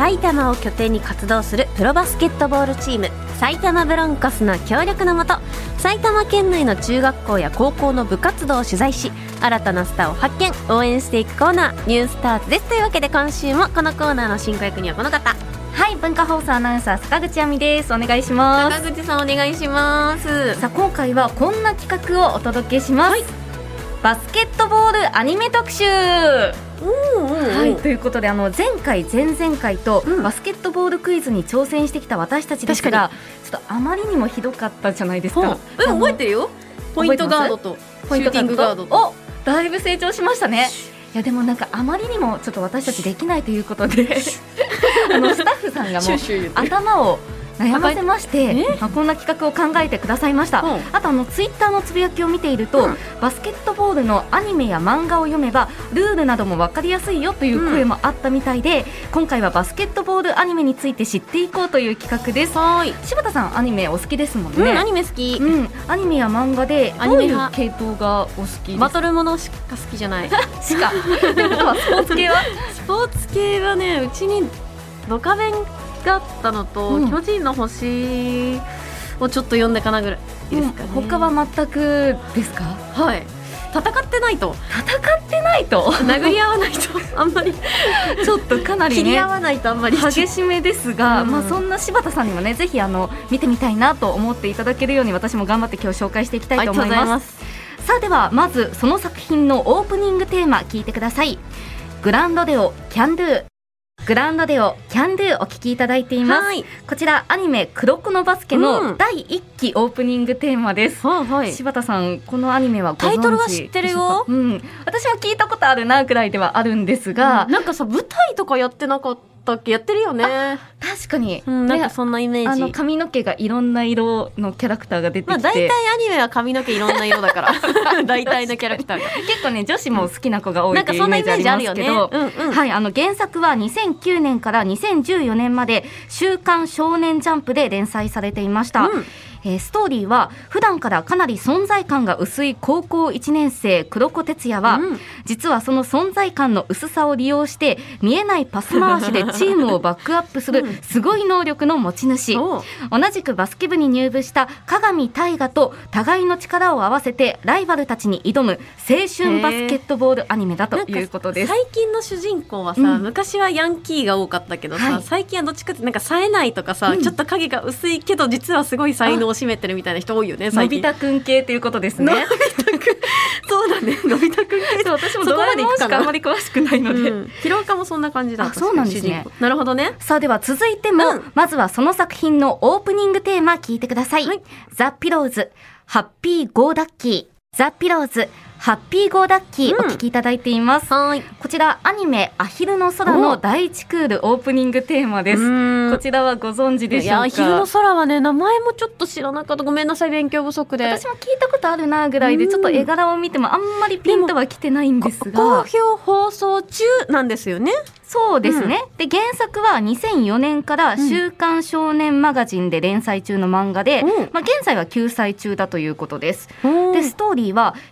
埼玉を拠点に活動するプロバスケットボールチーム埼玉ブロンコスの協力のもと、埼玉県内の中学校や高校の部活動を取材し、新たなスターを発見応援していくコーナー、ニュースターズです。というわけで今週もこのコーナーの進行役にはこの方、 はい、文化放送アナウンサー坂口亜美です。お願いします。 坂口さんお願いします。 さあ今回はこんな企画をお届けします、はい、バスケットボールアニメ特集。はい、ということで前回前々回とバスケットボールクイズに挑戦してきた私たちですが、ちょっとあまりにもちょっとあまりにもひどかったじゃないですか。 覚えてるよ。ポイントガードとシューティングガードと。 お、だいぶ成長しましたね。いやでもなんかあまりにもちょっと私たちできないということでスタッフさんがもう頭を悩ませまして、こんな企画を考えてくださいました。あとツイッターのつぶやきを見ていると、バスケットボールのアニメや漫画を読めばルールなども分かりやすいよという声もあったみたいで、今回はバスケットボールアニメについて知っていこうという企画です。柴田さんアニメお好きですもんね。 アニメ好き、 アニメや漫画でどういう系統がお好きですか？ バトルものしか好きじゃないしかということはスポーツ系はスポーツ系はね、うちにドカベンがあったのと、巨人の星をちょっと読んでかなぐらいですかね。 他は全くですか？ はい。戦ってないと殴り合わないとあんまりちょっとかなりね切り合わないとあんまり激しめですが、そんな柴田さんにもねぜひ見てみたいなと思っていただけるように私も頑張って今日紹介していきたいと思います。さあではまずその作品のオープニングテーマ聞いてください。グランドデオキャンドゥ、グランドデオキャンドゥお聞きいただいています。こちらアニメ黒子のバスケの第1期オープニングテーマです。柴田さんこのアニメはご存知？タイトルは知ってるよ。私も聞いたことあるなくらいではあるんですが、 なんかさ舞台とかやってなかったっけ？やってるよね。 確かに、 なんかそんなイメージ。 髪の毛がいろんな色のキャラクターが出てきて、 大体アニメは髪の毛いろんな色だから大体のキャラクターが結構ね女子も好きな子が多いというイメージありますけど、原作は2009年から2014年まで週刊少年ジャンプで連載されていました。ストーリーは普段からかなり存在感が薄い高校1年生黒子哲也は、実はその存在感の薄さを利用して見えないパス回しでチームをバックアップするすごい能力の持ち主、同じくバスケ部に入部した鏡大河と互いの力を合わせてライバルたちに挑む青春バスケットボールアニメだということです。 最近の主人公はさ、昔はヤンキーが多かったけどさ、最近はどっちかってなんか冴えないとかさ、ちょっと影が薄いけど実はすごい才能を占めてるみたいな人多いよね。 のび太くん系ということですね。 のび太くんそうだね、のび太くん系。 私もドラえもんしかあんまり詳しくないので、 ヒロアカもそんな感じだった。 そうなんですね。 なるほどね。 さあでは続いても、まずはその作品のオープニングテーマ聞いてください。ザ・ピローズハッピーゴーダッキー、ザ・ピローズハッピーゴーダッキーお聞きいただいています。こちらアニメアヒルの空の第1クールオープニングテーマです。こちらはご存知でしょうか？ アヒルの空はね、名前もちょっと知らなかった。ごめんなさい、勉強不足で。 私も聞いたことあるなぐらいで、ちょっと絵柄を見てもあんまりピンとはきてないんですが、 好評放送中なんですよね。 そうですね、で原作は2004年から週刊少年マガジンで連載中の漫画で、現在は休載中だということです。でストーリーは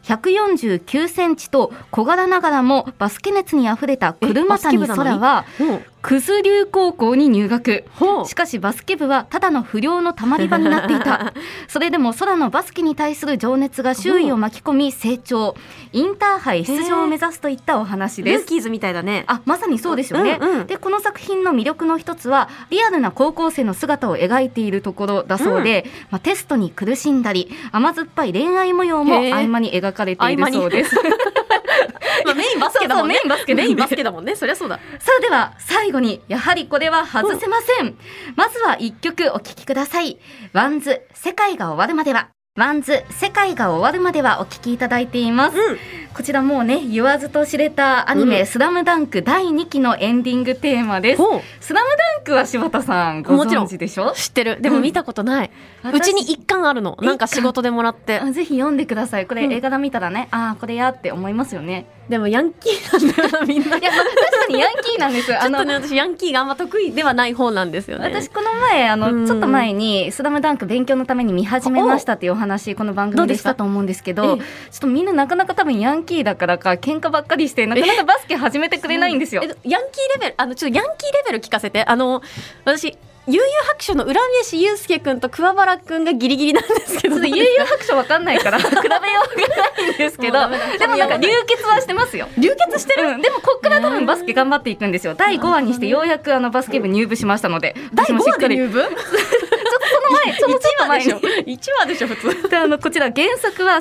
149センチと小柄ながらもバスケ熱にあふれた車谷空は九頭竜高校に入学。しかしバスケ部はただの不良のたまり場になっていた。それでも空のバスケに対する情熱が周囲を巻き込み成長、インターハイ出場を目指すといったお話です。 ルーキーズみたいだね。 まさにそうですよね。でこの作品の魅力の一つはリアルな高校生の姿を描いているところだそうで、テストに苦しんだり甘酸っぱい恋愛模様も合間に描かれているそうです。 メインバスケだもんね。メインバスケだもんね。そりゃそうだ。 さあでは最後にやはりこれは外せません。まずは1曲お聴きください。ワンズ世界が終わるまでは。ワンズ世界が終わるまではお聴きいただいています。こちらもうね言わずと知れたアニメ、スラムダンク第2期のエンディングテーマです。スラムダンクは柴田さんご存知でしょ？ 知ってる。でも見たことない。うちに1巻あるの。なんか仕事でもらって。 ぜひ読んでください。これ映画見たらね、これやって思いますよね。 でもヤンキーなんだよなみんな。 いや、確かにヤンキーなんですよ。 ちょっとね、私ヤンキーがあんま得意ではない方なんですよね。 私この前ちょっと前にスラムダンク勉強のために見始めましたっていうお話この番組でしたと思うんですけど、ちょっとみんななかなか多分ヤンキーだからか喧嘩ばっかりしてなかなかバスケ始めてくれないんですよ。 ヤンキーレベルちょっとヤンキーレベル聞かせて。私悠々白書の浦飯祐介くんと桑原くんがギリギリなんですけど、 悠々白書わかんないから比べようがないんですけどでもなんか流血はしてますよ。 流血してる、 でもこっから多分バスケ頑張っていくんですよ。第5話にしてようやくバスケ部入部しましたので、 第5話で入部そのちょっと前に 1話でしょ普通でこちら原作は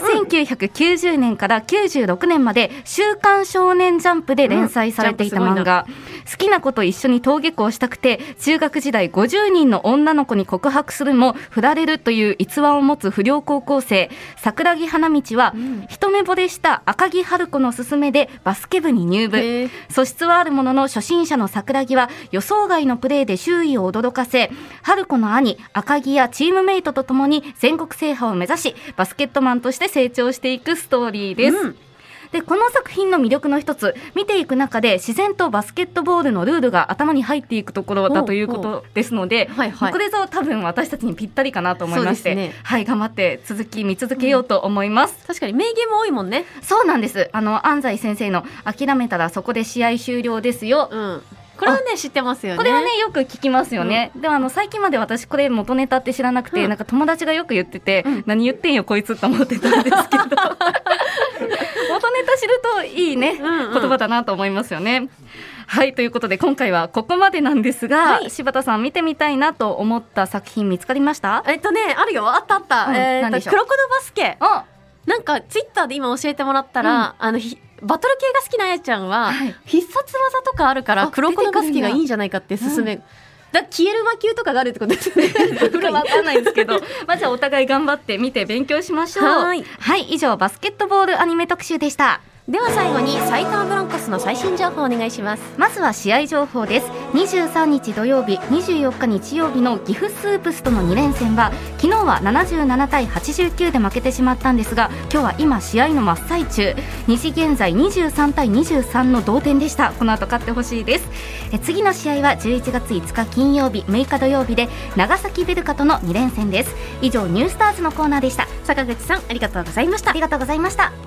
1990年から96年まで週刊少年ジャンプで連載されていた漫画、好きな子と一緒に登下校したくて中学時代50人の女の子に告白するも振られるという逸話を持つ不良高校生桜木花道は、一目惚れした赤木春子の勧めでバスケ部に入部。素質はあるものの初心者の桜木は予想外のプレーで周囲を驚かせ、春子の兄赤木やチームメイトとともに全国制覇を目指しバスケットマンとして成長していくストーリーです、でこの作品の魅力の一つ、見ていく中で自然とバスケットボールのルールが頭に入っていくところだということですので、これぞ多分私たちにぴったりかなと思いまして、頑張って見続けようと思います、 確かに名言も多いもんね。 そうなんです。安西先生の諦めたらそこで試合終了ですよ、 これはね知ってますよね。 これはねよく聞きますよね、でも最近まで私これ元ネタって知らなくて、なんか友達がよく言ってて、何言ってんよこいつと思ってたんですけど元ネタ知るといいね、言葉だなと思いますよね。はい、ということで今回はここまでなんですが、柴田さん見てみたいなと思った作品見つかりました？ あるよ、あった、 何でしょう。 黒子のバスケ。なんかツイッターで今教えてもらったら、バトル系が好きなあやちゃんは、必殺技とかあるから黒子のバスケがいいんじゃないかって勧め、消える魔球とかがあるってことですねこれわかんないんですけどじゃあお互い頑張って見て勉強しましょう。はい、以上バスケットボールアニメ特集でした。 では最後に埼玉ブロンコスの最新情報をお願いします。 まずは試合情報です。23日土曜日24日日曜日の岐阜スープスとの2連戦は昨日は77対89で負けてしまったんですが、今日は今試合の真っ最中、2時現在23対23の同点でした。この後勝ってほしいです。次の試合は11月5日金曜日6日土曜日で長崎ベルカとの2連戦です。以上ニュースターズのコーナーでした。 坂口さんありがとうございました。 ありがとうございました。